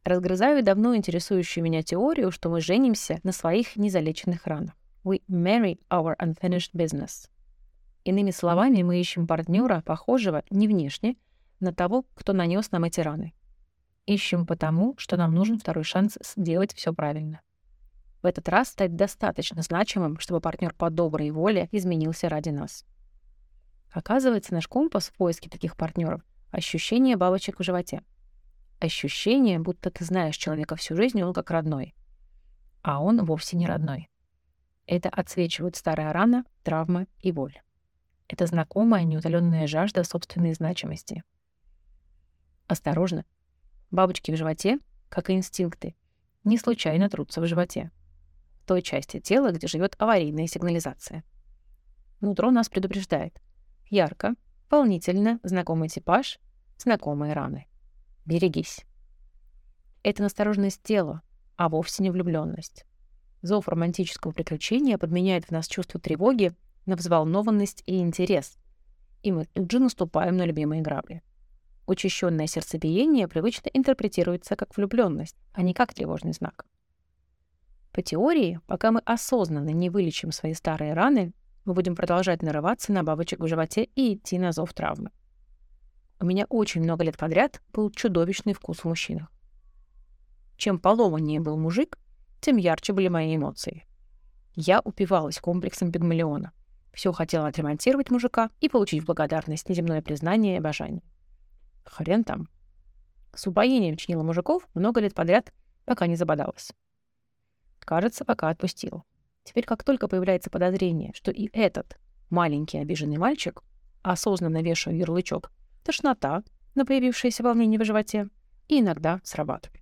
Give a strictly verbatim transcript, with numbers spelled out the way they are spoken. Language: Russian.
Разгрызаю давно интересующую меня теорию, что мы женимся на своих незалеченных ранах. We marry our unfinished business. Иными словами, мы ищем партнера, похожего не внешне на того, кто нанес нам эти раны. Ищем потому, что нам нужен второй шанс сделать все правильно. В этот раз стать достаточно значимым, чтобы партнер по доброй воле изменился ради нас. Оказывается, наш компас в поиске таких партнеров — ощущение бабочек в животе. Ощущение, будто ты знаешь человека всю жизнь, и он как родной. А он вовсе не родной. Это отсвечивают старая рана, травмы и боль. Это знакомая неутоленная жажда собственной значимости. Осторожно. Бабочки в животе, как и инстинкты, не случайно трутся в животе. В той части тела, где живет аварийная сигнализация. Нутро нас предупреждает. Ярко, волнительно, знакомый типаж, знакомые раны. Берегись. Это настороженность тела, а вовсе не влюбленность. Зов романтического приключения подменяет в нас чувство тревоги на взволнованность и интерес, и мы тут же наступаем на любимые грабли. Учащенное сердцебиение привычно интерпретируется как влюбленность, а не как тревожный знак. По теории, пока мы осознанно не вылечим свои старые раны, мы будем продолжать нарываться на бабочек в животе и идти на зов травмы. У меня очень много лет подряд был чудовищный вкус в мужчинах. Чем поломаннее был мужик, тем ярче были мои эмоции. Я упивалась комплексом Пигмалиона. Все хотела отремонтировать мужика и получить в благодарность неземное признание и обожание. Хрен там. С упоением чинила мужиков много лет подряд, пока не забодалась. Кажется, пока отпустила. Теперь, как только появляется подозрение, что и этот маленький обиженный мальчик, осознанно вешаю ярлычок, тошнота на появившееся волнение в животе, и иногда срабатывает.